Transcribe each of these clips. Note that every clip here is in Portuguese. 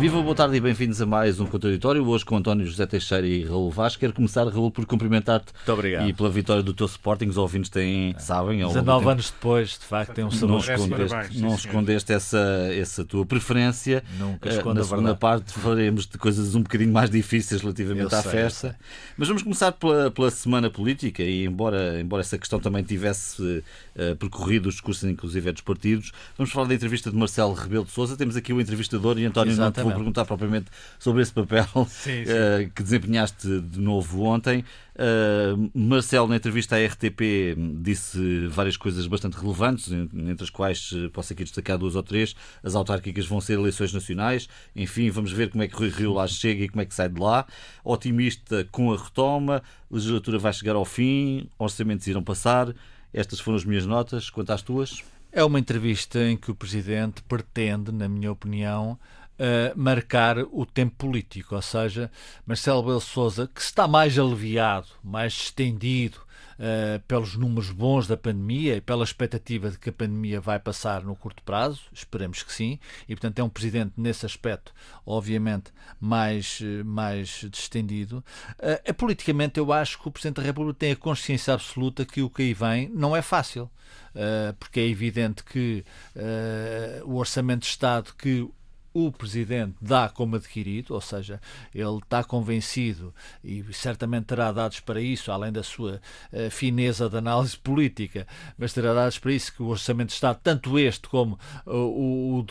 Viva, boa tarde e bem-vindos a mais um Contraditório, hoje com António José Teixeira e Raul Vaz. Quero começar, Raul, por cumprimentar-te. Muito obrigado. E pela vitória do teu Sporting. Os ouvintes sabem. 19 anos depois, de facto, tem um sabor. Não escondeste essa tua preferência. Nunca escondo Na segunda parte faremos de coisas um bocadinho mais difíceis relativamente à festa. Mas vamos começar pela semana política e embora essa questão também tivesse percorrido os discursos, inclusive dos partidos, vamos falar da entrevista de Marcelo Rebelo de Sousa. Temos aqui o entrevistador e António, não te vou perguntar propriamente sobre esse papel que desempenhaste de novo ontem. Marcelo, na entrevista à RTP, disse várias coisas bastante relevantes, entre as quais posso aqui destacar duas ou três. As autárquicas vão ser eleições nacionais, enfim, vamos ver como é que Rui Rio lá chega e como é que sai de lá. Otimista com a retoma, a legislatura vai chegar ao fim, orçamentos irão passar. Estas foram as minhas notas. Quanto às tuas? É uma entrevista em que o Presidente pretende, na minha opinião, marcar o tempo político, ou seja, Marcelo Rebelo de Sousa, que está mais aliviado, mais estendido pelos números bons da pandemia e pela expectativa de que a pandemia vai passar no curto prazo, esperemos que sim, e portanto é um Presidente nesse aspecto, obviamente, mais distendido. Politicamente eu acho que o Presidente da República tem a consciência absoluta que o que aí vem não é fácil, porque é evidente que o Orçamento de Estado que o Presidente dá como adquirido, ou seja, ele está convencido e certamente terá dados para isso, além da sua fineza de análise política, mas terá dados para isso, que o Orçamento de Estado, tanto este como o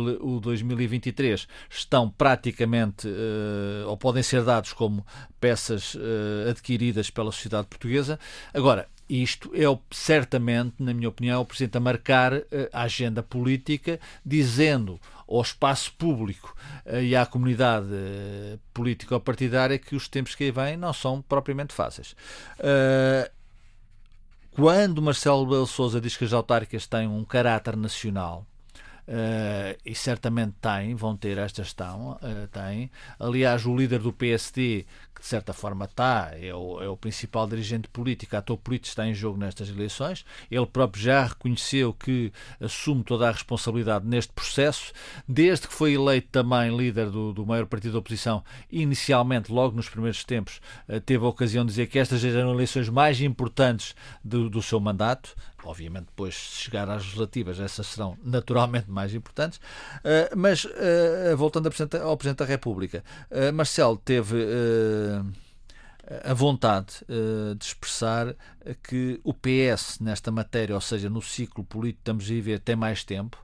2023, estão praticamente, ou podem ser dados como peças adquiridas pela sociedade portuguesa. Agora, isto é certamente, na minha opinião, o Presidente a marcar a agenda política, dizendo ao espaço público e à comunidade político-partidária que os tempos que aí vêm não são propriamente fáceis. Quando Marcelo Rebelo de Sousa diz que as autárquicas têm um caráter nacional, e certamente vão ter esta gestão, têm. Aliás, o líder do PSD, que de certa forma é o principal dirigente político, ator político, está em jogo nestas eleições. Ele próprio já reconheceu que assume toda a responsabilidade neste processo, desde que foi eleito também líder do maior partido da oposição. Inicialmente, logo nos primeiros tempos, teve a ocasião de dizer que estas eram eleições mais importantes do seu mandato. Obviamente, depois, se chegar às legislativas, essas serão naturalmente mais importantes. Mas, voltando ao Presidente da República, Marcelo teve a vontade de expressar que o PS, nesta matéria, ou seja, no ciclo político que estamos a viver, tem mais tempo.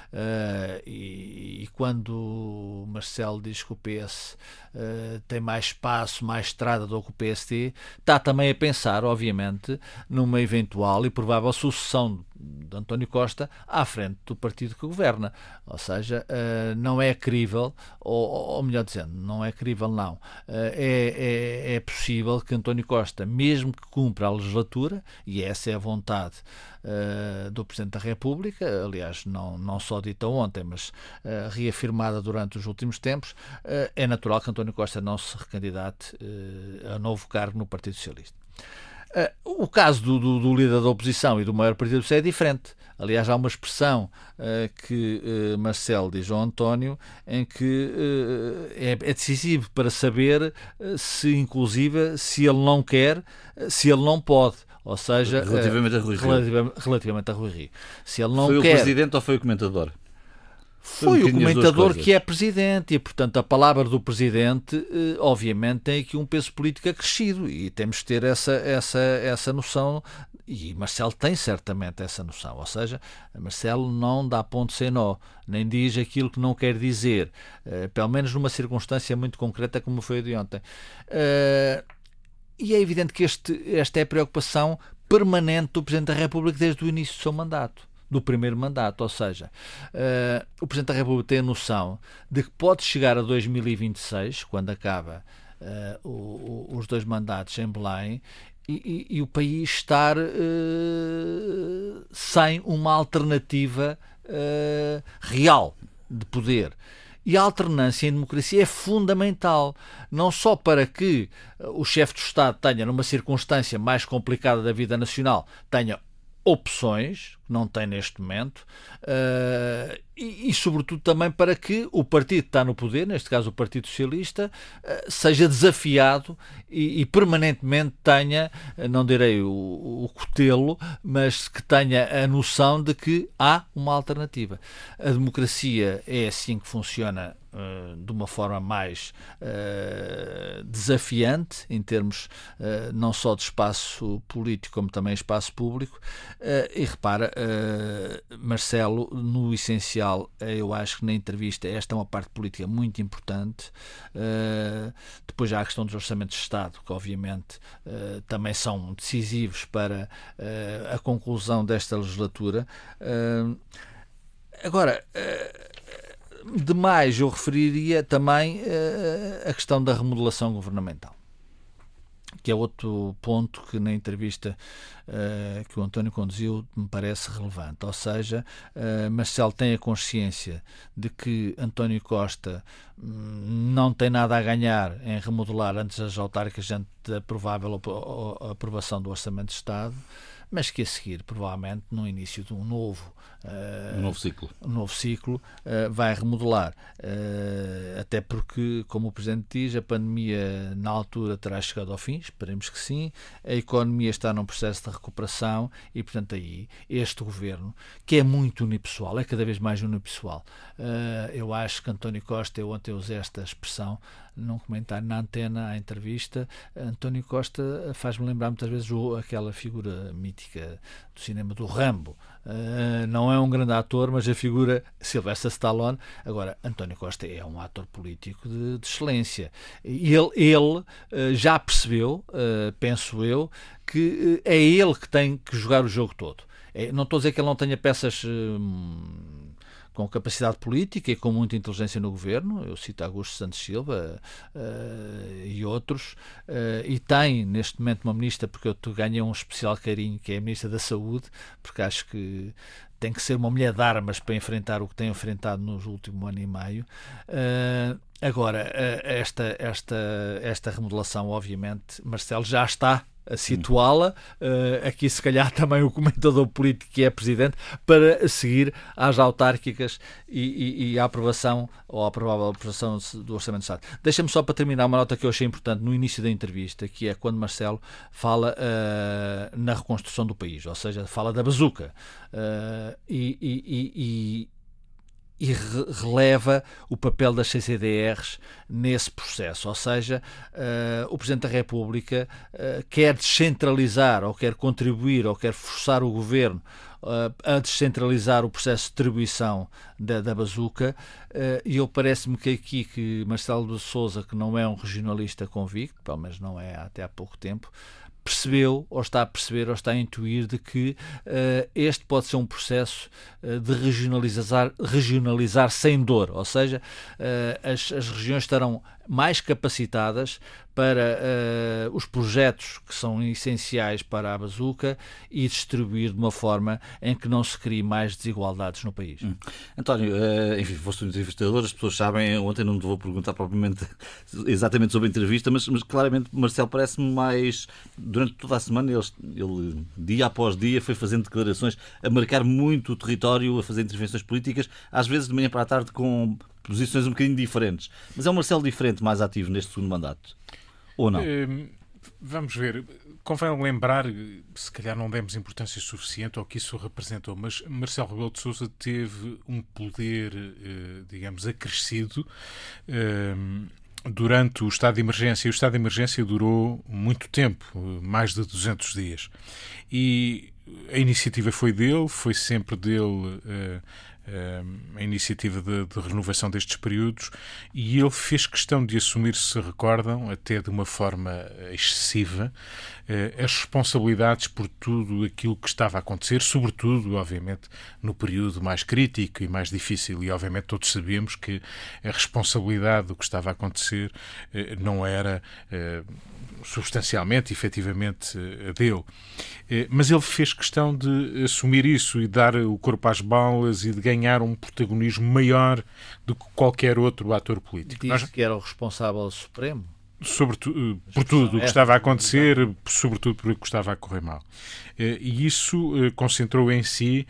E quando Marcelo diz que o PS tem mais espaço, mais estrada do que o PSD, está também a pensar, obviamente, numa eventual e provável sucessão de António Costa à frente do partido que governa. Ou seja, não é crível, ou melhor dizendo, não é crível não, é possível que António Costa, mesmo que cumpra a legislatura, e essa é a vontade do Presidente da República, aliás, não só dita ontem, mas reafirmada durante os últimos tempos, é natural que António Costa não se recandidate a novo cargo no Partido Socialista. O caso do líder da oposição e do maior partido é diferente. Aliás, há uma expressão que Marcelo diz ao António, em que é decisivo para saber se, inclusive, se ele não quer, se ele não pode. Ou seja, relativamente a Rui Rio. Relativamente a Rui Rio. Se ele não foi quer, o Presidente ou foi o comentador? Foi o comentador que é Presidente e, portanto, a palavra do Presidente, obviamente, tem aqui um peso político acrescido e temos que ter essa noção, e Marcelo tem certamente essa noção, ou seja, Marcelo não dá ponto sem nó, nem diz aquilo que não quer dizer, pelo menos numa circunstância muito concreta como foi a de ontem. E é evidente que esta é a preocupação permanente do Presidente da República desde o início do seu mandato, do primeiro mandato, ou seja, o Presidente da República tem a noção de que pode chegar a 2026, quando acaba os dois mandatos em Belém, e o país estar sem uma alternativa real de poder. E a alternância em democracia é fundamental, não só para que o chefe de Estado tenha, numa circunstância mais complicada da vida nacional, tenha opções, não tem neste momento, e sobretudo também para que o partido que está no poder, neste caso o Partido Socialista, seja desafiado e permanentemente tenha, não direi o cutelo, mas que tenha a noção de que há uma alternativa. A democracia é assim que funciona, de uma forma mais desafiante, em termos não só de espaço político, como também espaço público. E repara, Marcelo, no essencial, eu acho que na entrevista esta é uma parte política muito importante. Depois já há a questão dos orçamentos de Estado, que obviamente também são decisivos para a conclusão desta legislatura. Agora, demais eu referiria também a questão da remodelação governamental, que é outro ponto que na entrevista que o António conduziu me parece relevante. Ou seja, Marcelo tem a consciência de que António Costa não tem nada a ganhar em remodelar antes das autárquicas, antes da provável aprovação do Orçamento de Estado, mas que a seguir, provavelmente, no início de um novo ciclo, vai remodelar. Até porque, como o Presidente diz, a pandemia na altura terá chegado ao fim, esperemos que sim, a economia está num processo de recuperação e, portanto, aí este governo, que é muito unipessoal, é cada vez mais unipessoal. Eu acho que António Costa, eu ontem usei esta expressão num comentário na Antena, à entrevista, António Costa faz-me lembrar muitas vezes aquela figura mítica do cinema do Rambo. Não é um grande ator, mas a figura Sylvester Stallone. Agora, António Costa é um ator político de excelência. Ele já percebeu, penso eu, que é ele que tem que jogar o jogo todo. Não estou a dizer que ele não tenha peças com capacidade política e com muita inteligência no governo, eu cito Augusto Santos Silva e outros, e tem neste momento uma ministra, porque eu ganhei um especial carinho, que é a ministra da Saúde, porque acho que tem que ser uma mulher de armas para enfrentar o que tem enfrentado nos últimos ano e meio. Agora, esta remodelação, obviamente, Marcelo já está a situá-la, aqui se calhar também o comentador político que é presidente, para seguir às autárquicas e à aprovação ou à provável aprovação do Orçamento de Estado. Deixa-me só para terminar uma nota que eu achei importante no início da entrevista, que é quando Marcelo fala na reconstrução do país, ou seja, fala da bazuca e releva o papel das CCDRs nesse processo. Ou seja, o Presidente da República quer descentralizar, ou quer contribuir, ou quer forçar o Governo a descentralizar o processo de distribuição da bazuca, e eu parece-me que Marcelo de Sousa, que não é um regionalista convicto, pelo menos não é até há pouco tempo, percebeu, ou está a perceber, ou está a intuir de que este pode ser um processo de regionalizar sem dor, ou seja, as regiões estarão mais capacitadas para os projetos que são essenciais para a bazuca e distribuir de uma forma em que não se crie mais desigualdades no país. António, enfim, foste um entrevistador, as pessoas sabem, ontem não te vou perguntar propriamente exatamente sobre a entrevista, mas claramente Marcelo parece-me mais, durante toda a semana, ele dia após dia foi fazendo declarações, a marcar muito o território, a fazer intervenções políticas, às vezes de manhã para a tarde com posições um bocadinho diferentes. Mas é um Marcelo diferente, mais ativo neste segundo mandato? Ou não? Vamos ver. Convém lembrar, se calhar não demos importância suficiente ao que isso representou, mas Marcelo Rebelo de Sousa teve um poder, digamos, acrescido durante o estado de emergência. E o estado de emergência durou muito tempo, mais de 200 dias. E a iniciativa foi dele, foi sempre dele a iniciativa de renovação destes períodos, e ele fez questão de assumir, se recordam, até de uma forma excessiva, as responsabilidades por tudo aquilo que estava a acontecer, sobretudo, obviamente, no período mais crítico e mais difícil, e obviamente todos sabíamos que a responsabilidade do que estava a acontecer não era substancialmente, efetivamente, dele. Mas ele fez questão de assumir isso e dar o corpo às balas e de ganhar um protagonismo maior do que qualquer outro ator político. Diz que era o responsável supremo? por tudo o que estava a acontecer, sobretudo por o que estava a correr mal. E isso concentrou em si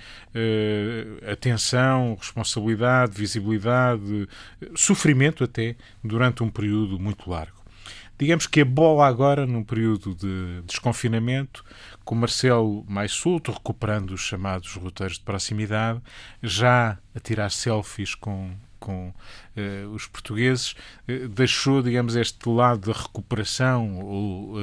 atenção, responsabilidade, visibilidade, sofrimento até, durante um período muito largo. Digamos que a bola agora, num período de desconfinamento, com Marcelo mais solto, recuperando os chamados roteiros de proximidade, já a tirar selfies com os portugueses, deixou, digamos, este lado da recuperação ou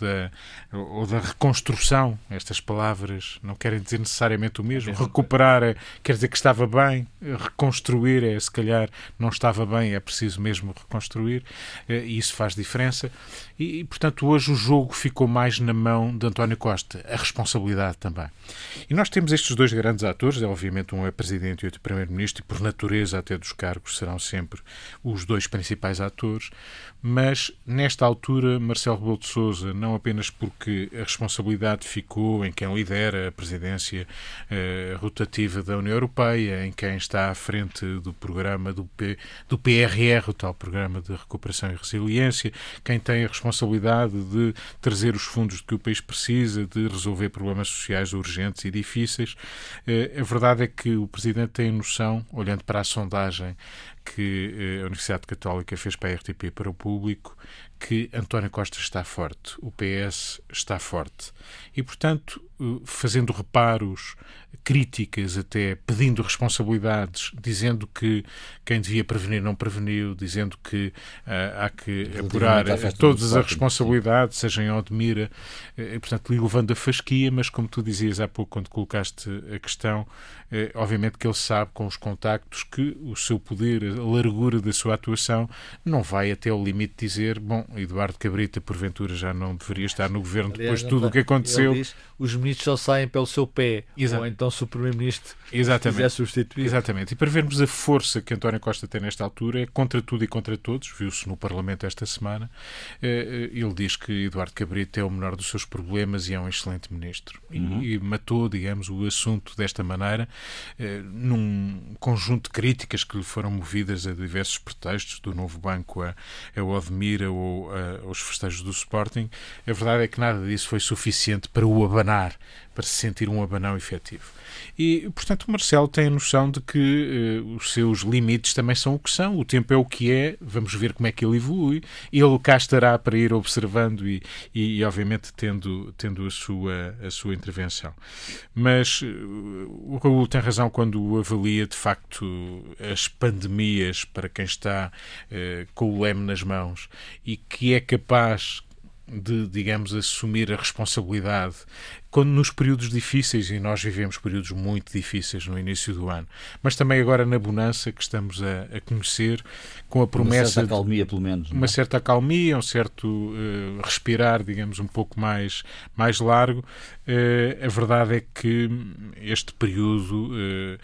da reconstrução. Estas palavras não querem dizer necessariamente o mesmo. Recuperar quer dizer que estava bem, reconstruir se calhar não estava bem, é preciso mesmo reconstruir, e isso faz diferença. E, portanto, hoje o jogo ficou mais na mão de António Costa, a responsabilidade também. E nós temos estes dois grandes atores, obviamente um é Presidente e outro Primeiro-Ministro, e por natureza até dos cargos serão sempre os dois principais atores, mas nesta altura Marcelo Rebelo de Sousa, não apenas porque a responsabilidade ficou em quem lidera a presidência rotativa da União Europeia, em quem está à frente do programa do PRR, o tal Programa de Recuperação e Resiliência, quem tem a responsabilidade de trazer os fundos de que o país precisa, de resolver problemas sociais urgentes e difíceis. A verdade é que o Presidente tem noção, olhando para a sondagem que a Universidade Católica fez para a RTP para o público, que António Costa está forte, o PS está forte. E, portanto, fazendo reparos, críticas até, pedindo responsabilidades, dizendo que quem devia prevenir não preveniu, dizendo que há que apurar todas as responsabilidades, seja em Odmira, e, portanto, lhe levando a fasquia, mas como tu dizias há pouco quando colocaste a questão, obviamente que ele sabe com os contactos que o seu poder, a largura da sua atuação, não vai até o limite de dizer, bom, Eduardo Cabrita porventura já não deveria estar no governo depois de tudo o que aconteceu. Diz, os ministros só saem pelo seu pé. Ou então se o Primeiro-Ministro quiser substituir. Exatamente. E para vermos a força que António Costa tem nesta altura, é contra tudo e contra todos, viu-se no Parlamento esta semana, ele diz que Eduardo Cabrita é o menor dos seus problemas e é um excelente ministro. E matou, digamos, o assunto desta maneira, num conjunto de críticas que lhe foram movidas a diversos pretextos, do novo banco a Odmira ou aos festejos do Sporting. A verdade é que nada disso foi suficiente para o abanar, para se sentir um abanão efetivo. E, portanto, o Marcelo tem a noção de que os seus limites também são o que são, o tempo é o que é, vamos ver como é que ele evolui, ele cá estará para ir observando e obviamente, tendo a sua intervenção. Mas o Raul tem razão quando avalia, de facto, as pandemias para quem está com o leme nas mãos e que é capaz de, digamos, assumir a responsabilidade quando nos períodos difíceis, e nós vivemos períodos muito difíceis no início do ano, mas também agora na bonança que estamos a conhecer, com a promessa... Uma certa acalmia, pelo menos. Uma certa acalmia, um certo respirar, digamos, um pouco mais largo. A verdade é que este período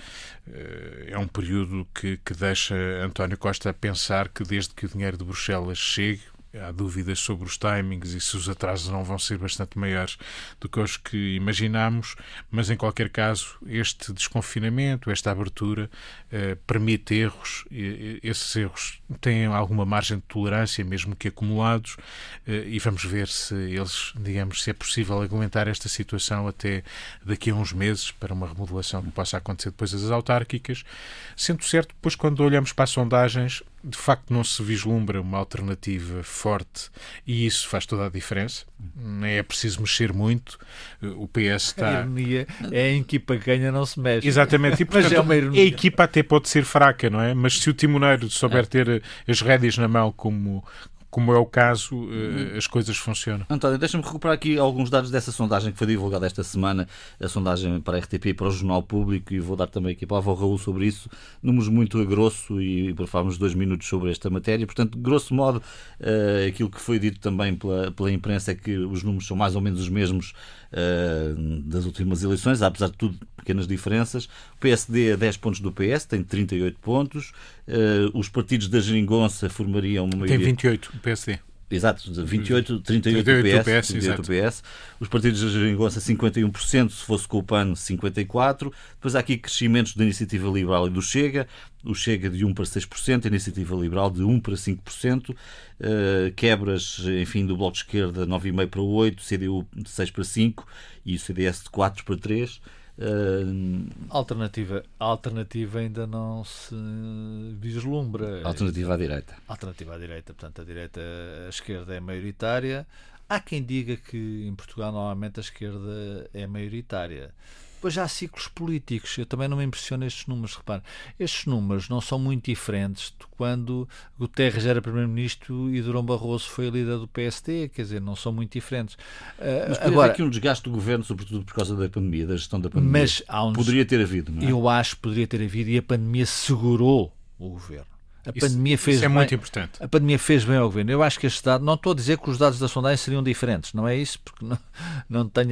é um período que deixa António Costa a pensar que desde que o dinheiro de Bruxelas chegue, há dúvidas sobre os timings e se os atrasos não vão ser bastante maiores do que os que imaginámos, mas em qualquer caso este desconfinamento, esta abertura permite erros, e esses erros têm alguma margem de tolerância, mesmo que acumulados, e vamos ver se eles, digamos, se é possível aguentar esta situação até daqui a uns meses para uma remodelação que possa acontecer depois das autárquicas, sendo certo, depois quando olhamos para as sondagens, de facto não se vislumbra uma alternativa forte e isso faz toda a diferença. Nem é preciso mexer muito. O PS está... A ironia é a equipa que ganha não se mexe. Exatamente. E, portanto, mas é uma ironia. A equipa até pode ser fraca, não é? Mas se o timoneiro souber ter as rédeas na mão como é o caso, as coisas funcionam. António, deixa-me recuperar aqui alguns dados dessa sondagem que foi divulgada esta semana, a sondagem para a RTP e para o Jornal Público, e vou dar também aqui a palavra ao Raul sobre isso, números muito a grosso, e por falarmos 2 minutos sobre esta matéria. Portanto, grosso modo, aquilo que foi dito também pela imprensa é que os números são mais ou menos os mesmos das últimas eleições, apesar de tudo, pequenas diferenças. O PSD a 10 pontos do PS, tem 38 pontos. Os partidos da Geringonça formariam uma maioria... Tem 28, o PSD. Exato, 38, 38 PS. Os partidos da Geringonça 51%, se fosse com o PAN 54%. Depois há aqui crescimentos da Iniciativa Liberal e do Chega. O Chega de 1 para 6%, a Iniciativa Liberal de 1 para 5%. Quebras, enfim, do Bloco de Esquerda 9,5 para 8%, CDU de 6 para 5% e o CDS de 4 para 3%. A alternativa ainda não se vislumbra. Alternativa à direita. Alternativa à direita. Portanto, a esquerda é maioritária. Há quem diga que em Portugal normalmente a esquerda é maioritária. Depois já há ciclos políticos. Eu também não me impressiono estes números. Repare, estes números não são muito diferentes de quando Guterres era Primeiro-Ministro e Durão Barroso foi líder do PSD. Quer dizer, não são muito diferentes. Mas poderia haver aqui um desgaste do governo, sobretudo por causa da pandemia, da gestão da pandemia. Mas poderia ter havido, não é? Eu acho que poderia ter havido e a pandemia segurou o governo. Isso é muito importante. A pandemia fez bem ao governo. Eu acho que este dado, não estou a dizer que os dados da sondagem seriam diferentes, não é isso, porque não tenho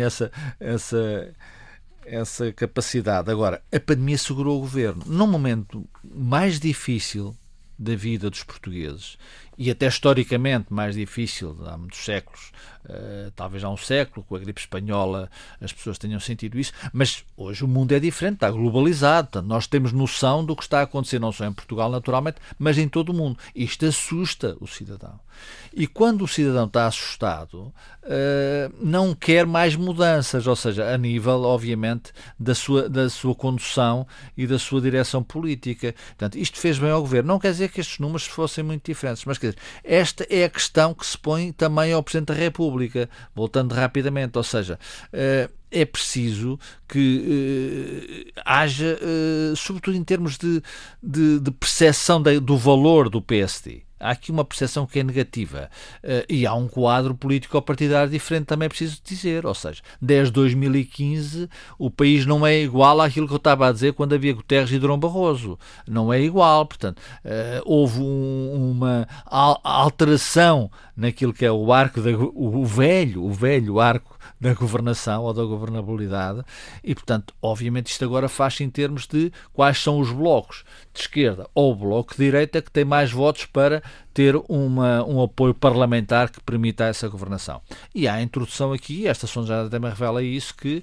essa capacidade. Agora, a pandemia segurou o governo. Num momento mais difícil da vida dos portugueses, e até historicamente mais difícil, há muitos séculos, talvez há um século, com a gripe espanhola as pessoas tenham sentido isso, mas hoje o mundo é diferente, está globalizado, portanto, nós temos noção do que está a acontecer não só em Portugal naturalmente, mas em todo o mundo. Isto assusta o cidadão. E quando o cidadão está assustado, não quer mais mudanças, ou seja, a nível, obviamente, da sua condução e da sua direção política. Portanto, isto fez bem ao governo. Não quer dizer que estes números fossem muito diferentes, mas quer dizer, esta é a questão que se põe também ao Presidente da República, voltando rapidamente, ou seja, é preciso que haja, sobretudo em termos de percepção do valor do PSD. Há aqui uma percepção que é negativa e há um quadro político-partidário diferente, também é preciso dizer, ou seja, desde 2015 o país não é igual àquilo que eu estava a dizer quando havia Guterres e Durão Barroso, não é igual, portanto houve uma alteração naquilo que é o arco, o velho arco da governação ou da governabilidade e, portanto, obviamente isto agora faz-se em termos de quais são os blocos de esquerda ou o bloco de direita que tem mais votos para ter um apoio parlamentar que permita essa governação. E há a introdução aqui, esta sondagem também revela isso, que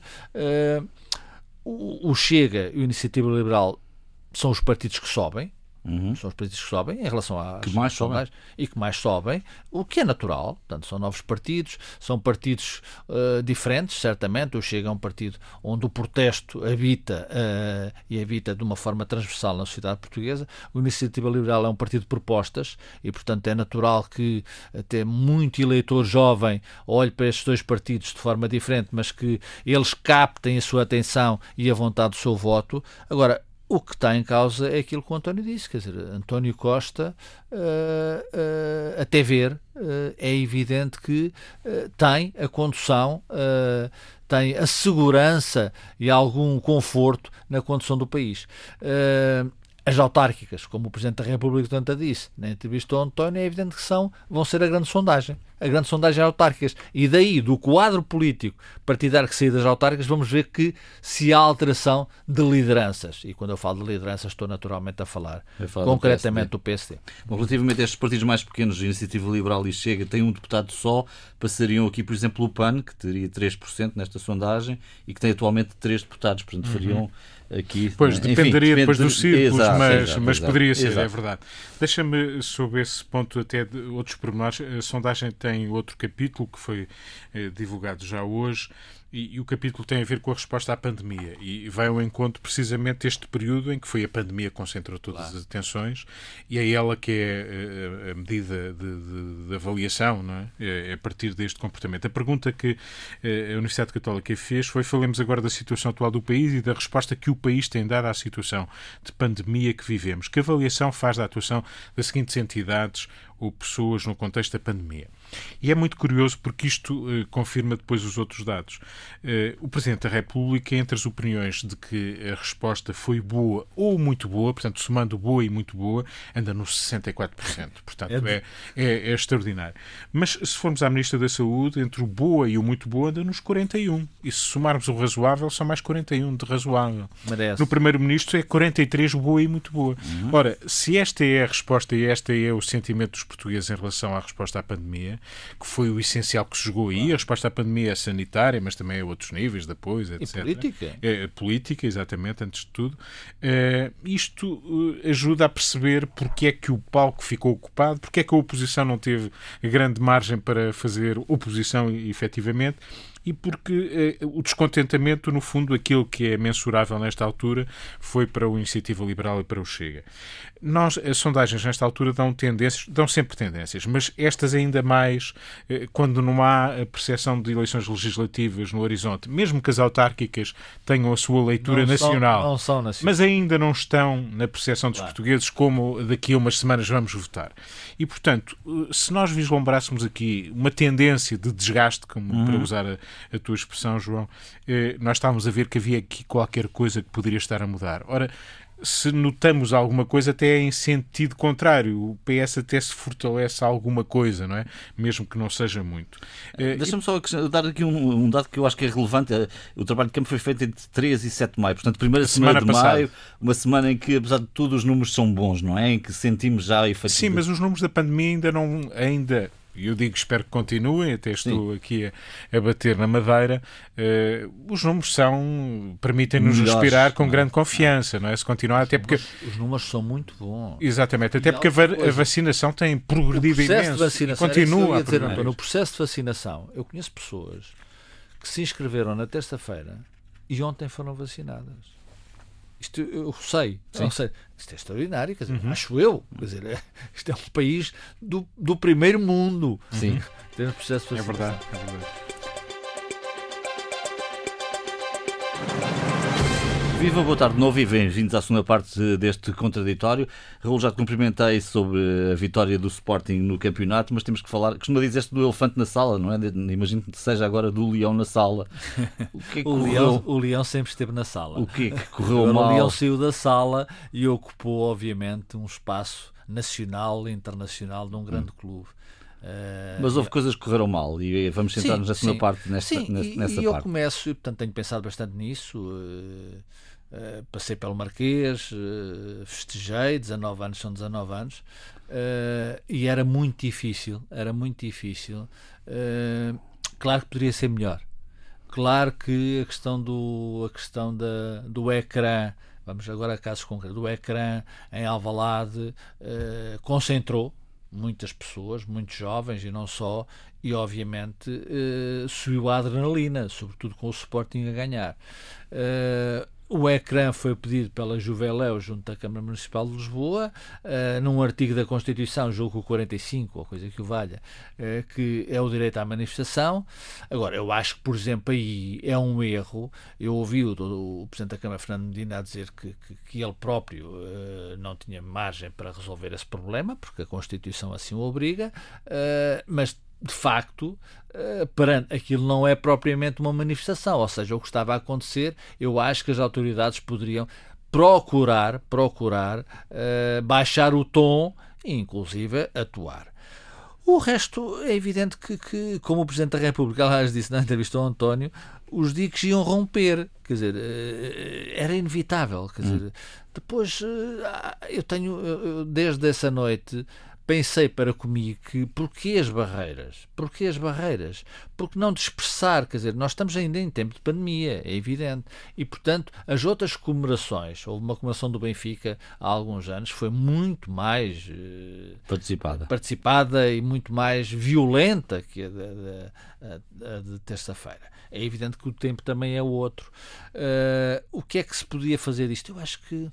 o Chega e a Iniciativa Liberal são os partidos que sobem, são os partidos que sobem em relação às sondagens e que mais sobem, o que é natural. Portanto, são novos partidos, são partidos diferentes, certamente. O Chega é um partido onde o protesto habita e habita de uma forma transversal na sociedade portuguesa. A Iniciativa Liberal é um partido de propostas e, portanto, é natural que até muito eleitor jovem olhe para estes dois partidos de forma diferente, mas que eles captem a sua atenção e a vontade do seu voto. Agora, o que está em causa é aquilo que o António disse, quer dizer, António Costa, até ver, é evidente que tem a condução, tem a segurança e algum conforto na condução do país. As autárquicas, como o Presidente da República tanto disse na entrevista ao António, é evidente que vão ser a grande sondagem. A grande sondagem é autárquicas. E daí, do quadro político partidário que sair das autárquicas, vamos ver que se há alteração de lideranças. E quando eu falo de lideranças, estou naturalmente a falar concretamente do PSD. Bom, relativamente a estes partidos mais pequenos, Iniciativa Liberal e Chega, tem um deputado só, passariam aqui, por exemplo, o PAN, que teria 3% nesta sondagem, e que tem atualmente 3 deputados, portanto fariam aqui... Pois, dependeria depois dos círculos, mas exato, poderia ser, é verdade. Deixa-me, sobre esse ponto, até de outros pormenores. A sondagem tem outro capítulo que foi divulgado já hoje, e o capítulo tem a ver com a resposta à pandemia e vai ao encontro precisamente deste período em que foi a pandemia que concentrou todas as atenções, e é ela que é a medida de avaliação, não é? É a partir deste comportamento. A pergunta que a Universidade Católica fez foi: falemos agora da situação atual do país e da resposta que o país tem dado à situação de pandemia que vivemos. Que avaliação faz da atuação das seguintes entidades ou pessoas no contexto da pandemia? E é muito curioso porque isto confirma depois os outros dados. o Presidente da República, entre as opiniões de que a resposta foi boa ou muito boa, portanto, somando boa e muito boa, anda nos 64%. Portanto, é extraordinário. Mas se formos à Ministra da Saúde, entre o boa e o muito boa, anda nos 41%. E se somarmos o razoável, são mais 41% de razoável. Merece. No Primeiro-Ministro é 43% boa e muito boa. Ora, se esta é a resposta e este é o sentimento dos portugueses em relação à resposta à pandemia, que foi o essencial que se jogou aí, a resposta à pandemia é sanitária, mas também a outros níveis de apoio, etc. E política. Política, exatamente, antes de tudo. Isto ajuda a perceber porque é que o palco ficou ocupado, porque é que a oposição não teve grande margem para fazer oposição efetivamente, e porque o descontentamento, no fundo, aquilo que é mensurável nesta altura, foi para o Iniciativa Liberal e para o Chega. As sondagens nesta altura dão sempre tendências, mas estas ainda mais quando não há a percepção de eleições legislativas no horizonte, mesmo que as autárquicas tenham a sua leitura nacional, não são nacionais, mas ainda não estão na percepção dos portugueses como daqui a umas semanas vamos votar. E, portanto, se nós vislumbrássemos aqui uma tendência de desgaste, como para usar a tua expressão, João, nós estávamos a ver que havia aqui qualquer coisa que poderia estar a mudar. Ora, se notamos alguma coisa, até é em sentido contrário. O PS até se fortalece alguma coisa, não é? Mesmo que não seja muito. Deixa-me só dar aqui um dado que eu acho que é relevante. O trabalho de campo foi feito entre 3 e 7 de maio. Portanto, primeira semana de maio, uma semana em que, apesar de tudo, os números são bons, não é? Em que sentimos já efetivamente... Sim, mas os números da pandemia ainda eu digo, espero que continuem, até estou aqui a bater na madeira. Os números permitem-nos respirar com grande confiança, não é? Se continuar, até porque... Os números são muito bons. Exatamente, até porque a vacinação tem progredido imenso. E continua a progredir. No processo de vacinação, eu conheço pessoas que se inscreveram na terça-feira e ontem foram vacinadas. Isto eu sei. Isto é extraordinário, quer dizer, acho eu. Quer dizer, isto é um país do primeiro mundo. Sim. Tem um processo de vacinação. É verdade. Viva, boa tarde de novo e bem-vindos à segunda parte deste contraditório. Raul, já te cumprimentei sobre a vitória do Sporting no campeonato, mas temos que falar, costuma dizer-se do elefante na sala, não é? Imagino que seja agora do leão na sala. O leão sempre esteve na sala. O que é que correu mal? O leão saiu da sala e ocupou, obviamente, um espaço nacional e internacional de um grande clube. Mas houve coisas que correram mal e vamos centrar-nos na segunda parte nessa parte. Eu começo, e portanto tenho pensado bastante nisso. Passei pelo Marquês, festejei, 19 anos são 19 anos, e era muito difícil. Claro que poderia ser melhor. Claro que a questão do ecrã, vamos agora a casos concretos, do ecrã em Alvalade concentrou muitas pessoas, muitos jovens e não só, e obviamente subiu a adrenalina, sobretudo com o Sporting a ganhar. O ecrã foi pedido pela Juveléu junto da Câmara Municipal de Lisboa, num artigo da Constituição, julgo o 45, ou coisa que o valha, que é o direito à manifestação. Agora, eu acho que, por exemplo, aí é um erro. Eu ouvi o Presidente da Câmara, Fernando Medina, a dizer que ele próprio não tinha margem para resolver esse problema, porque a Constituição assim o obriga, mas de facto, perante aquilo não é propriamente uma manifestação, ou seja, o que estava a acontecer, eu acho que as autoridades poderiam procurar baixar o tom e inclusive atuar. O resto é evidente que como o Presidente da República aliás disse na entrevista ao António, os diques iam romper, quer dizer, era inevitável, quer dizer, depois eu desde essa noite pensei para comigo que porquê as barreiras? Porque não dispersar? Quer dizer, nós estamos ainda em tempo de pandemia, é evidente. E, portanto, as outras comemorações, houve uma comemoração do Benfica há alguns anos, foi muito mais participada e muito mais violenta que a de terça-feira. É evidente que o tempo também é outro. O que é que se podia fazer disto? Eu acho que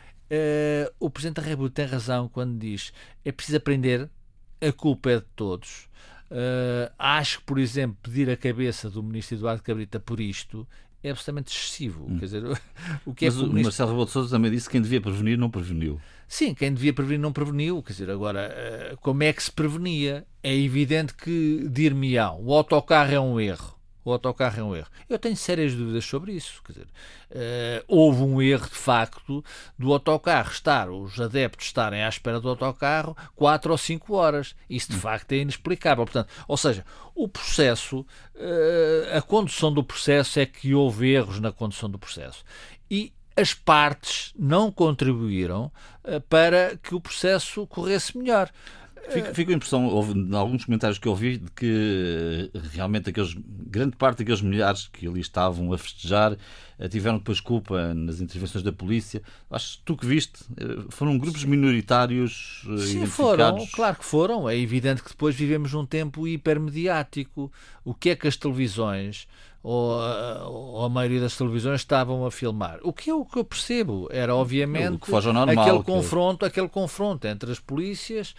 o Presidente da República tem razão quando diz é preciso aprender, a culpa é de todos. Acho que, por exemplo, pedir a cabeça do Ministro Eduardo Cabrita por isto é absolutamente excessivo. Quer dizer, o que mas o Marcelo Rebelo de Sousa também disse que quem devia prevenir não preveniu. Sim, quem devia prevenir não preveniu. Quer dizer, agora, como é que se prevenia? É evidente que dir-me-ão, o autocarro é um erro. o autocarro é um erro. Eu tenho sérias dúvidas sobre isso. Quer dizer, houve um erro de facto do autocarro os adeptos estarem à espera do autocarro 4 ou 5 horas. Isso de facto é inexplicável. Portanto, ou seja, o processo, a condução do processo é que houve erros na condução do processo. E as partes não contribuíram para que o processo corresse melhor. Fico a impressão, houve alguns comentários que eu ouvi, de que realmente grande parte daqueles milhares que ali estavam a festejar tiveram depois culpa nas intervenções da polícia. Acho que tu que viste, foram grupos minoritários Sim, identificados. foram, claro que foram. É evidente que depois vivemos num tempo hipermediático. O que é que as televisões ou a maioria das televisões estavam a filmar? O que eu percebo era, obviamente, aquele confronto entre os polícias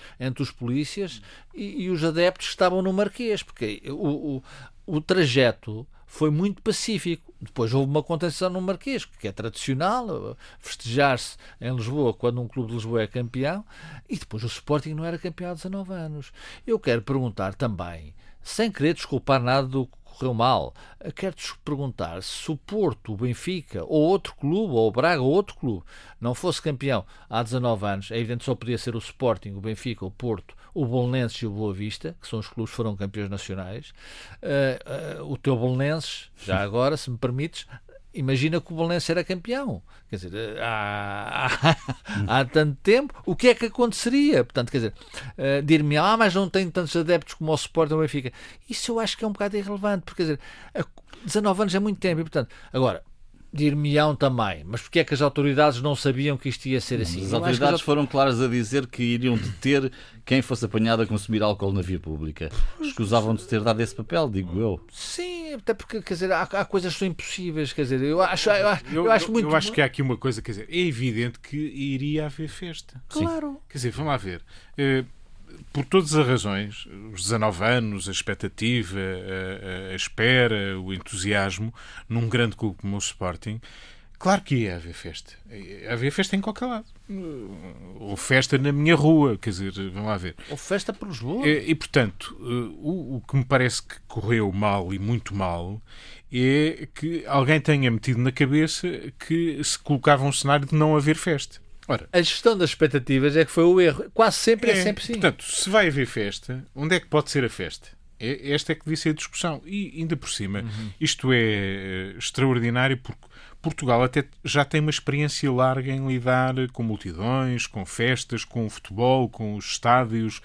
e os adeptos que estavam no Marquês, porque o trajeto foi muito pacífico. Depois houve uma contenção no Marquês, que é tradicional, festejar-se em Lisboa quando um clube de Lisboa é campeão, e depois o Sporting não era campeão há 19 anos. Eu quero perguntar também, sem querer desculpar nada do que correu mal, quero-te perguntar se o Porto, o Benfica, ou outro clube, ou o Braga, ou outro clube, não fosse campeão há 19 anos, é evidente que só podia ser o Sporting, o Benfica, o Porto, o Belenenses e o Boa Vista, que são os clubes que foram campeões nacionais. O teu Belenenses, já agora, se me permites, imagina que o Belenenses era campeão. Quer dizer, há tanto tempo, o que é que aconteceria? Portanto, quer dizer, dir-me, mas não tem tantos adeptos como o Sporting ou o Benfica. Isso eu acho que é um bocado irrelevante, porque, quer dizer, 19 anos é muito tempo, e, portanto, agora, dir-me-ão também, mas porque é que as autoridades não sabiam que isto ia ser assim? As autoridades foram claras a dizer que iriam deter quem fosse apanhado a consumir álcool na via pública. Escusavam de ter dado esse papel, digo eu. Sim, até porque, quer dizer, há coisas que são impossíveis, quer dizer, eu acho que há aqui uma coisa, quer dizer, é evidente que iria haver festa. Claro. Sim. Quer dizer, vamos lá ver. Por todas as razões, os 19 anos, a expectativa, a espera, o entusiasmo, num grande clube como o Sporting, claro que ia haver festa. Havia festa em qualquer lado. Ou festa na minha rua, quer dizer, vamos lá ver. Ou festa por Lisboa. E portanto, o que me parece que correu mal e muito mal é que alguém tenha metido na cabeça que se colocava um cenário de não haver festa. Ora, a gestão das expectativas é que foi o erro. Quase sempre é sempre sim. Portanto, se vai haver festa, onde é que pode ser a festa? Esta é que devia ser a discussão. E ainda por cima, isto é extraordinário porque Portugal até já tem uma experiência larga em lidar com multidões, com festas, com o futebol, com os estádios.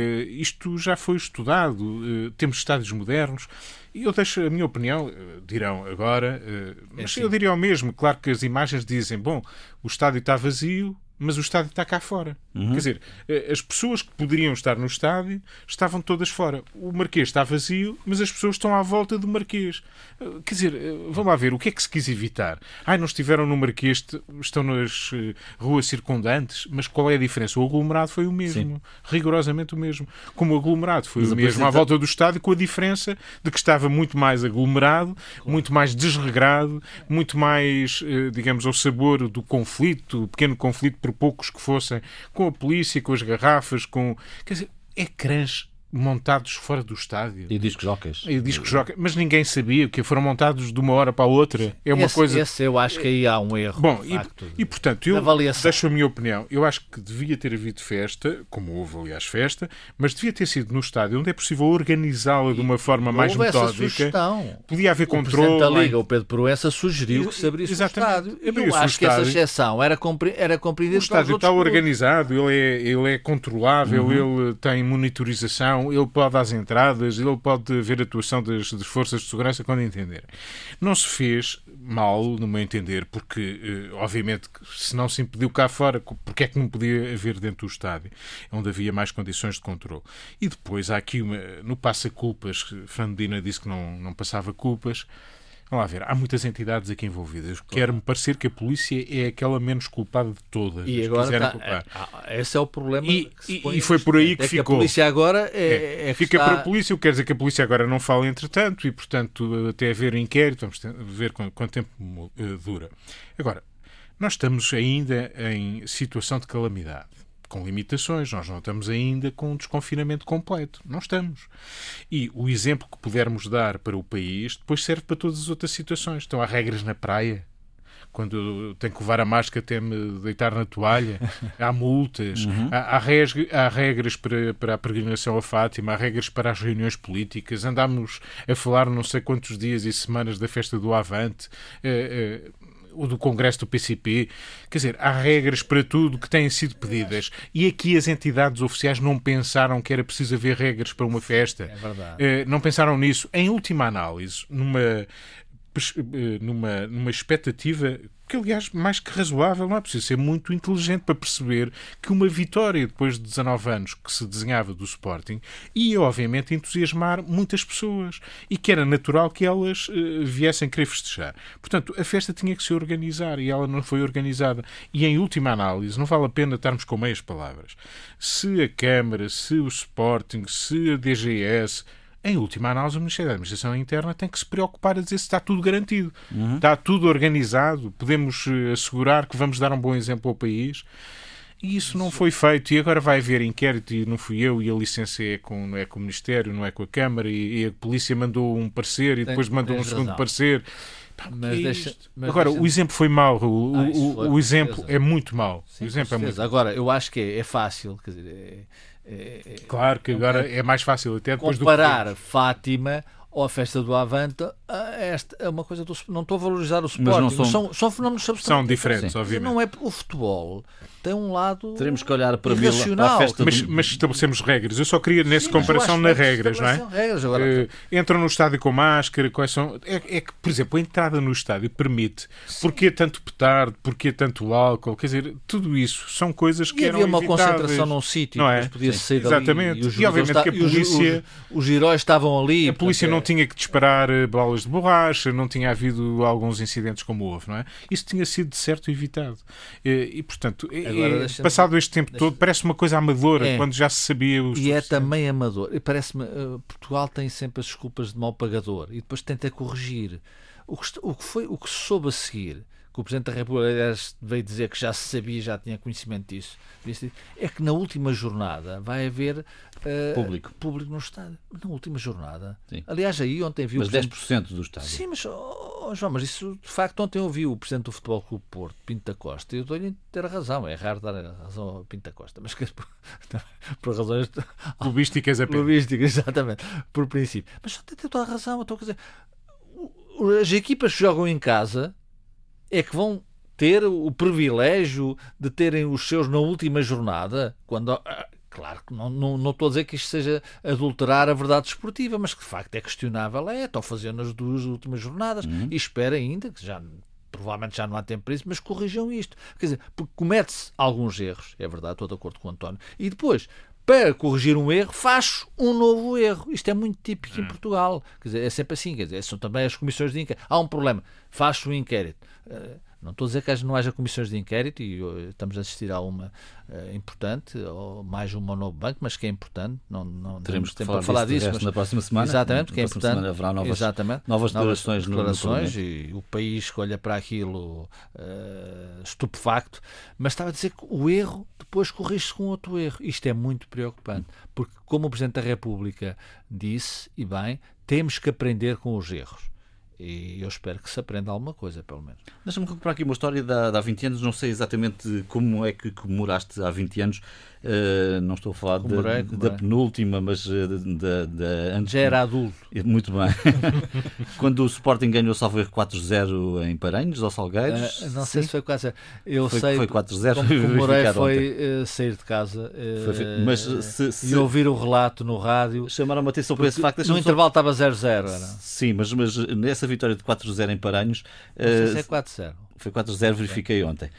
Isto já foi estudado. Temos estádios modernos. E eu deixo a minha opinião, dirão agora, mas eu diria o mesmo. Claro que as imagens dizem, bom, o estádio está vazio, mas o estádio está cá fora. Quer dizer, as pessoas que poderiam estar no estádio estavam todas fora. O Marquês está vazio, mas as pessoas estão à volta do Marquês. Quer dizer, vamos lá ver, o que é que se quis evitar? Não estiveram no Marquês, estão nas ruas circundantes, mas qual é a diferença? O aglomerado foi o mesmo, sim, rigorosamente o mesmo. Como o aglomerado foi o mesmo à volta do estádio, com a diferença de que estava muito mais aglomerado, muito mais desregrado, muito mais, digamos, ao sabor do conflito, pequeno conflito, por poucos que fossem, com a polícia, com as garrafas, com... Quer dizer, ecrãs montados fora do estádio. E discos-jockeys. Mas ninguém sabia que foram montados de uma hora para a outra. É uma coisa... Esse eu acho que aí há um erro. Bom, e portanto, eu deixo a minha opinião. Eu acho que devia ter havido festa, como houve, aliás, festa, mas devia ter sido no estádio, onde é possível organizá-la de uma forma mais metódica. Podia haver controle. O Presidente da Liga, o Pedro Proença, sugeriu que se abrisse o estádio. Eu acho que essa exceção era compreendida. O estádio está organizado, ele é controlável, ele tem monitorização, ele pode às entradas, ele pode ver a atuação das forças de segurança quando entenderem. Não se fez mal, no meu entender, porque, obviamente, se não se impediu cá fora, porque é que não podia haver dentro do estádio, onde havia mais condições de controle? E depois há aqui no passa-culpas, Fernando Medina disse que não passava culpas. Vamos lá ver, há muitas entidades aqui envolvidas. Quer-me parecer que a polícia é aquela menos culpada de todas. E agora esse é o problema. E foi por aí que ficou. Que a polícia agora fica para a polícia, o que quer dizer que a polícia agora não fala entretanto e, portanto, até haver inquérito, vamos ver quanto tempo dura. Agora, nós estamos ainda em situação de calamidade. com limitações. Nós não estamos ainda com um desconfinamento completo. Não estamos. E o exemplo que pudermos dar para o país depois serve para todas as outras situações. Então há regras na praia. Quando tenho que levar a máscara até me deitar na toalha, há multas, há regras para a peregrinação a Fátima, há regras para as reuniões políticas, andámos a falar não sei quantos dias e semanas da festa do Avante, ou do Congresso do PCP. Quer dizer, há regras para tudo que têm sido pedidas. E aqui as entidades oficiais não pensaram que era preciso haver regras para uma festa. É verdade. Não pensaram nisso. Em última análise, numa expectativa que, aliás, mais que razoável, não é preciso ser muito inteligente para perceber que uma vitória depois de 19 anos que se desenhava do Sporting ia, obviamente, entusiasmar muitas pessoas e que era natural que elas viessem querer festejar. Portanto, a festa tinha que se organizar e ela não foi organizada. E, em última análise, não vale a pena estarmos com meias palavras. Se a Câmara, se o Sporting, se a DGS... Em última análise, o Ministério da Administração Interna tem que se preocupar a dizer se está tudo garantido. Está tudo organizado, podemos assegurar que vamos dar um bom exemplo ao país. E isso não foi feito. E agora vai haver inquérito, e não fui eu, e a licença não é com o Ministério, não é com a Câmara, e a Polícia mandou um parecer e depois mandou um segundo parecer. Agora, o exemplo foi mau. O exemplo é muito mau. Sim, o exemplo é muito... Agora, eu acho que é fácil, quer dizer... Claro que agora é mais fácil até depois comparar Fátima ou a festa do Avante, esta é uma coisa do... Não estou a valorizar o Sporting, mas são fenómenos absolutamente são diferentes, obviamente. Não é o futebol. Tem um lado teremos que olhar para a festa mas estabelecemos regras. Eu só queria, nessa comparação, nas regras, não é? Regras, agora... Entram no estádio com máscara, quais são... É que, por exemplo, a entrada no estádio permite. Porquê tanto petardo? Porquê tanto álcool? Quer dizer, tudo isso são coisas que eram havia uma evitáveis. Concentração num sítio, não é? Mas podia sair dali. Exatamente. E obviamente que a polícia... Os heróis estavam ali. A polícia não tinha que disparar bolas de borracha, não tinha havido alguns incidentes como houve, não é? Isso tinha sido, de certo, evitado. E portanto, passado este tempo todo, parece uma coisa amadora, quando já se sabia o E é também amador. E parece-me, Portugal tem sempre as desculpas de mau pagador e depois tenta corrigir. O que se soube a seguir, que o Presidente da República veio dizer que já se sabia, já tinha conhecimento disso, é que na última jornada vai haver público no estádio. Na última jornada. Sim. Aliás, aí ontem viu... Mas 10% do estádio. Sim, mas, João, mas isso, de facto, ontem eu vi o Presidente do Futebol Clube Porto, Pinto da Costa, e eu dou-lhe ter razão. É raro dar a razão ao Pinto da Costa, mas por razões... Clubísticas apenas. Clubísticas, exatamente. Por princípio. Mas só tem toda a razão. Estou a dizer, as equipas que jogam em casa é que vão ter o privilégio de terem os seus na última jornada, quando... Claro que não estou a dizer que isto seja adulterar a verdade desportiva, mas que de facto é questionável. Estão fazendo nas 2 últimas jornadas e espero ainda, que provavelmente já não há tempo para isso, mas corrijam isto. Quer dizer, porque comete-se alguns erros, é verdade, estou de acordo com o António, e depois, para corrigir um erro, faz um novo erro. Isto é muito típico em Portugal. Quer dizer, é sempre assim. Quer dizer, são também as comissões de inquérito. Há um problema, faz-se um inquérito. Não estou a dizer que não haja comissões de inquérito, e estamos a assistir a uma importante, ou mais uma ao novo banco, mas que é importante. Não teremos tempo para falar disso, mas na próxima semana. Exatamente, porque é importante. Haverá novas declarações no e o país que olha para aquilo estupefacto. Mas estava a dizer que o erro depois corrige-se com outro erro. Isto é muito preocupante, porque, como o Presidente da República disse, e bem, temos que aprender com os erros. E eu espero que se aprenda alguma coisa, pelo menos. Deixa-me recuperar aqui uma história de há 20 anos. Não sei exatamente como é que comemoraste há 20 anos. Não estou a falar da penúltima, mas da antes. Já era adulto. Muito bem. Quando o Sporting ganhou, salvo erro, 4-0 em Paranhos, ao Salgueiros. Não sei se foi 4-0. Eu foi, sei. Foi 4-0. Como comemorei foi sair de casa e ouvir o relato no rádio. Chamaram-me a atenção para esse facto. No intervalo estava 0-0. Sim, mas nessa vitória de 4-0 em Paranhos. Não sei se é 4-0. Foi 4-0, verifiquei ontem.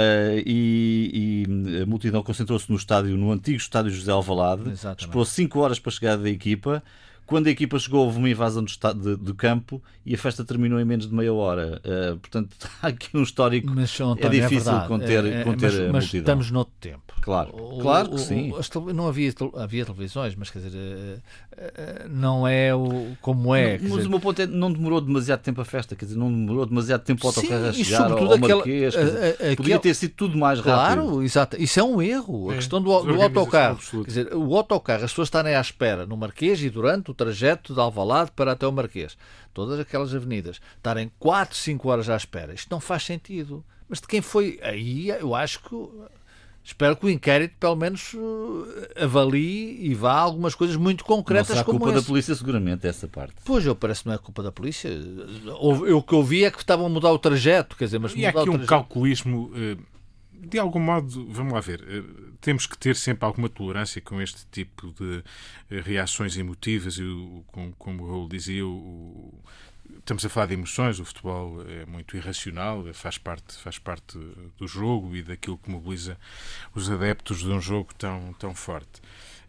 E a multidão concentrou-se no antigo estádio José Alvalade. Esperou 5 horas para a chegada da equipa. quando a equipa chegou houve uma invasão do campo e a festa terminou em menos de meia hora. Portanto, há aqui um histórico. Mas, António, é difícil conter a multidão. Mas estamos noutro tempo. Claro, claro que sim. Não havia televisões, mas quer dizer, não é como é. Mas o meu ponto é que não demorou demasiado tempo a festa, quer dizer, não demorou demasiado tempo o autocarro a chegar ao Marquês. Podia ter sido tudo mais rápido. Claro, exato. Isso é um erro. A questão do autocarro. Quer dizer, o autocarro, as pessoas estarem à espera no Marquês e durante o trajeto de Alvalade para até o Marquês, todas aquelas avenidas, estarem 4, 5 horas à espera. Isto não faz sentido. Mas de quem foi? Aí eu acho que... Espero que o inquérito, pelo menos, avalie e vá a algumas coisas muito concretas como essa. Não será culpa da polícia, seguramente, essa parte. Pois, parece que não é culpa da polícia. O que eu vi é que estavam a mudar o trajeto. Quer dizer, mas e há aqui um calculismo... De algum modo, vamos lá ver, temos que ter sempre alguma tolerância com este tipo de reações emotivas e, como o Raul dizia, estamos a falar de emoções, o futebol é muito irracional, faz parte do jogo e daquilo que mobiliza os adeptos de um jogo tão forte.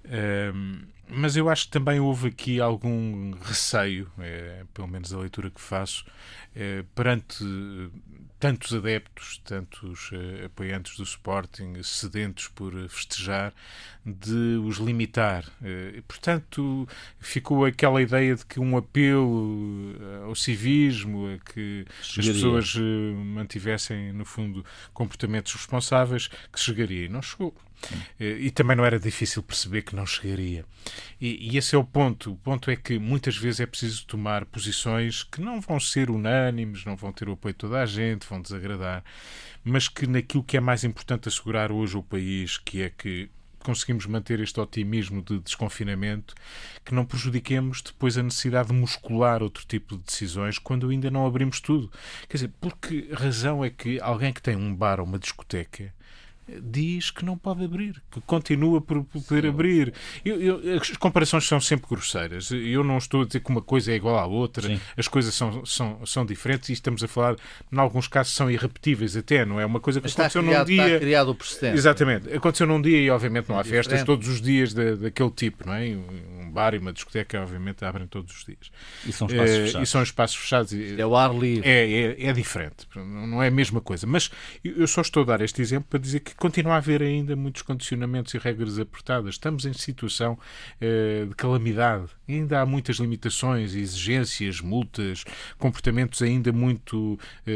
Mas eu acho que também houve aqui algum receio, pelo menos a leitura que faço, perante tantos adeptos, tantos apoiantes do Sporting sedentos por festejar, de os limitar. Portanto, ficou aquela ideia de que um apelo ao civismo, a que as pessoas mantivessem, no fundo, comportamentos responsáveis, que chegaria. E não chegou. E também não era difícil perceber que não chegaria. E esse é o ponto. O ponto é que muitas vezes é preciso tomar posições que não vão ser unânimes, não vão ter o apoio de toda a gente, vão desagradar, mas que naquilo que é mais importante assegurar hoje ao país, que é que conseguimos manter este otimismo de desconfinamento, que não prejudiquemos depois a necessidade de muscular outro tipo de decisões quando ainda não abrimos tudo. Quer dizer, porque a razão é que alguém que tem um bar ou uma discoteca diz que não pode abrir, que continua por poder abrir. As comparações são sempre grosseiras. Eu não estou a dizer que uma coisa é igual à outra. Sim. As coisas são diferentes e estamos a falar, em alguns casos, são irrepetíveis até, não é? Uma coisa que aconteceu num dia... Está criado o precedente. Exatamente. Aconteceu num dia e, obviamente, não há festas todos os dias daquele tipo, não é? Um bar e uma discoteca, obviamente, abrem todos os dias. E são espaços fechados. E são espaços fechados. É o ar livre. É diferente. Não é a mesma coisa. Mas eu só estou a dar este exemplo para dizer que continua a haver ainda muitos condicionamentos e regras apertadas. Estamos em situação de calamidade. Ainda há muitas limitações, exigências, multas, comportamentos ainda muito...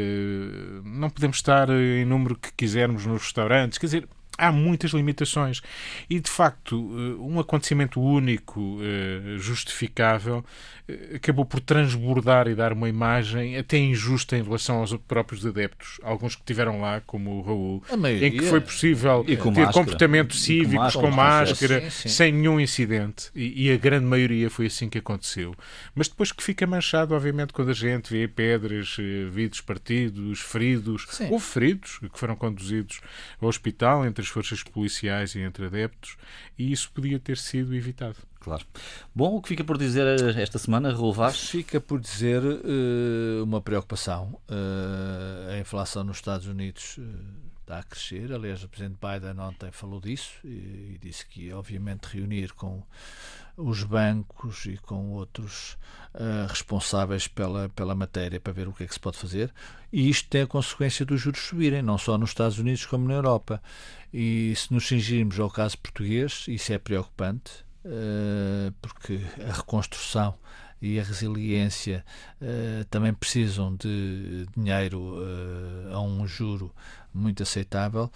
não podemos estar em número que quisermos nos restaurantes. Quer dizer, há muitas limitações. E, de facto, um acontecimento único, justificável, acabou por transbordar e dar uma imagem até injusta em relação aos próprios adeptos. Alguns que estiveram lá, como o Raul, em que foi possível ter comportamentos cívicos, com máscara, sim. Sem nenhum incidente. E a grande maioria foi assim que aconteceu. Mas depois que fica manchado, obviamente, quando a gente vê pedras, vidros partidos, feridos. Sim. Houve feridos que foram conduzidos ao hospital entre as forças policiais e entre adeptos, e isso podia ter sido evitado. Claro. Bom, o que fica por dizer esta semana, Raul Vaz? Fica por dizer uma preocupação. A inflação nos Estados Unidos está a crescer. Aliás, o Presidente Biden ontem falou disso e disse que ia, obviamente, reunir com os bancos e com outros responsáveis pela matéria para ver o que é que se pode fazer. E isto tem a consequência dos juros subirem, não só nos Estados Unidos como na Europa. E se nos cingirmos ao caso português, isso é preocupante, porque a reconstrução e a resiliência também precisam de dinheiro a um juro muito aceitável.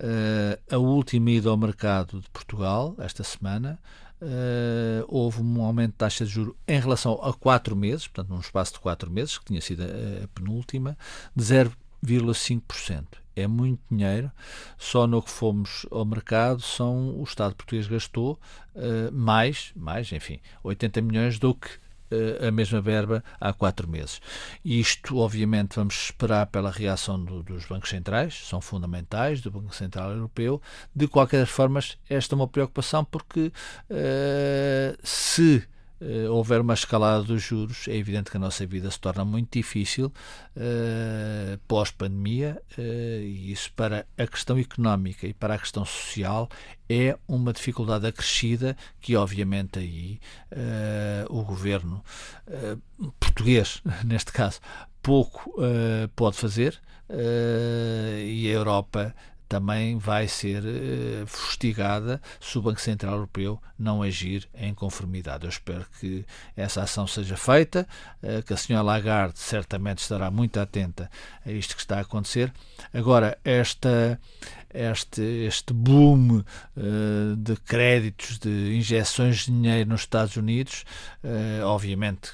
A última ida ao mercado de Portugal, esta semana, houve um aumento de taxa de juros em relação a 4 meses, portanto num espaço de 4 meses, que tinha sido a penúltima, de 0,5%. É muito dinheiro. Só no que fomos ao mercado, o Estado português gastou mais, enfim, 80 milhões do que a mesma verba há 4 meses. Isto, obviamente, vamos esperar pela reação dos bancos centrais, são fundamentais, do Banco Central Europeu. De qualquer forma, esta é uma preocupação, porque se houver uma escalada dos juros, é evidente que a nossa vida se torna muito difícil pós-pandemia, e isso para a questão económica e para a questão social é uma dificuldade acrescida que obviamente aí o governo português, neste caso, pouco pode fazer, e a Europa também vai ser fustigada se o Banco Central Europeu não agir em conformidade. Eu espero que essa ação seja feita, que a senhora Lagarde certamente estará muito atenta a isto que está a acontecer. Agora, este boom de créditos, de injeções de dinheiro nos Estados Unidos, obviamente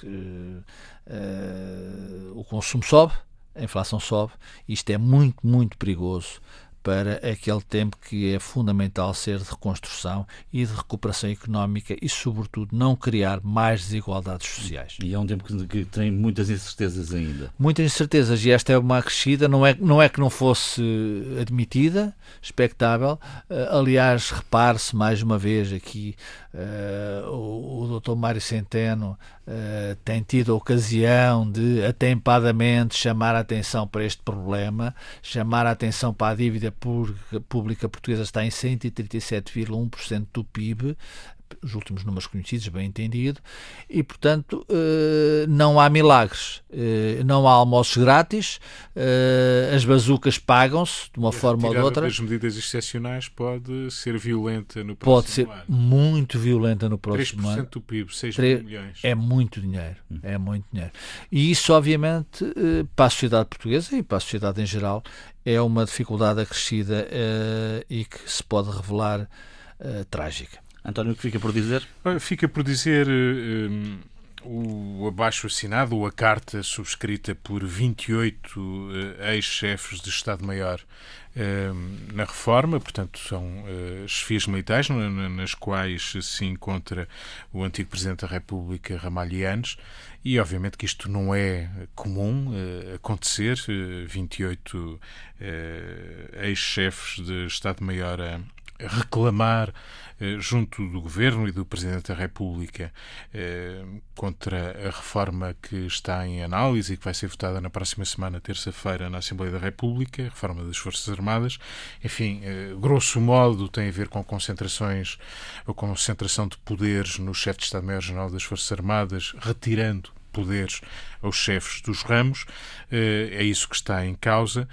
o consumo sobe, a inflação sobe, isto é muito, muito perigoso para aquele tempo que é fundamental ser de reconstrução e de recuperação económica e, sobretudo, não criar mais desigualdades sociais. E é um tempo que tem muitas incertezas ainda. Muitas incertezas, e esta é uma acrescida, não é que não fosse admitida, expectável. Aliás, repare-se mais uma vez aqui, o Dr. Mário Centeno tem tido a ocasião de atempadamente chamar a atenção para este problema, chamar a atenção para a dívida pública portuguesa está em 137,1% do PIB, os últimos números conhecidos, bem entendido, e, portanto, não há milagres, não há almoços grátis, as bazucas pagam-se de uma forma ou de outra. As medidas excepcionais pode ser violenta no próximo ano. Pode ser muito violenta no próximo ano. 3% do PIB, 6 mil milhões. É muito dinheiro, é muito dinheiro. E isso, obviamente, para a sociedade portuguesa e para a sociedade em geral, é uma dificuldade acrescida e que se pode revelar trágica. António, o que fica por dizer? Fica por dizer o abaixo-assinado, ou a carta subscrita por 28 ex-chefes de Estado-Maior na reforma, portanto são chefias militares nas quais se encontra o antigo Presidente da República, Ramalhianes, e obviamente que isto não é comum acontecer, 28 ex-chefes de Estado-Maior a reclamar junto do Governo e do Presidente da República contra a reforma que está em análise e que vai ser votada na próxima semana, terça-feira, na Assembleia da República, a reforma das Forças Armadas. Enfim, grosso modo, tem a ver com concentrações ou concentração de poderes no chefe de Estado-Maior-General das Forças Armadas, retirando poderes aos chefes dos ramos. É isso que está em causa.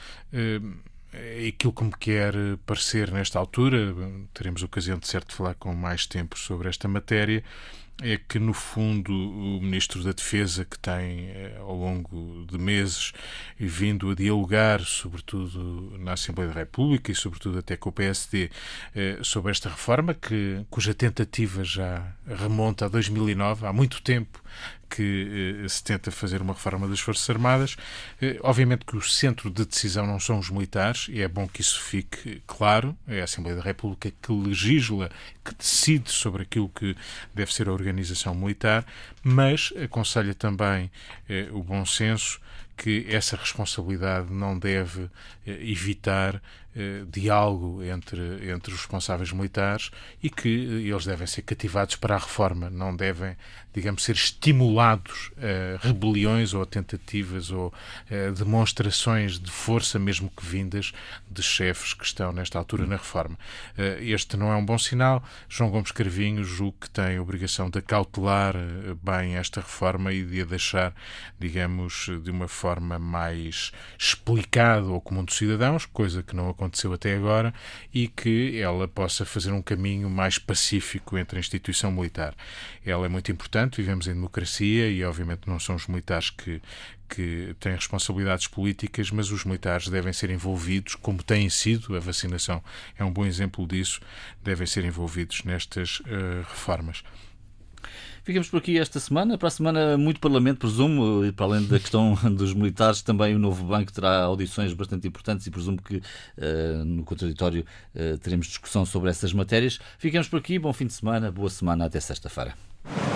Aquilo que me quer parecer nesta altura, teremos ocasião de certo falar com mais tempo sobre esta matéria, é que no fundo o Ministro da Defesa, que tem ao longo de meses vindo a dialogar, sobretudo na Assembleia da República e sobretudo até com o PSD, sobre esta reforma, cuja tentativa já remonta a 2009, há muito tempo que se tenta fazer uma reforma das Forças Armadas. Obviamente que o centro de decisão não são os militares, e é bom que isso fique claro. É a Assembleia da República que legisla, que decide sobre aquilo que deve ser a organização militar, mas aconselha também o bom senso, que essa responsabilidade não deve evitar diálogo entre os responsáveis militares e que eles devem ser cativados para a reforma, não devem, digamos, ser estimulados a rebeliões ou a tentativas ou demonstrações de força, mesmo que vindas de chefes que estão nesta altura na reforma. Este não é um bom sinal. João Gomes Cravinho julgo que tem a obrigação de acautelar bem esta reforma e de a deixar, digamos, de uma forma mais explicada ao comum dos cidadãos, coisa que não aconteceu até agora, e que ela possa fazer um caminho mais pacífico entre a instituição militar. Ela é muito importante, vivemos em democracia e obviamente não são os militares que têm responsabilidades políticas, mas os militares devem ser envolvidos, como têm sido, a vacinação é um bom exemplo disso, devem ser envolvidos nestas reformas. Ficamos por aqui esta semana. Para a semana, muito Parlamento, presumo, e para além da questão dos militares, também o novo banco terá audições bastante importantes e presumo que no contraditório teremos discussão sobre essas matérias. Ficamos por aqui. Bom fim de semana, boa semana, até sexta-feira.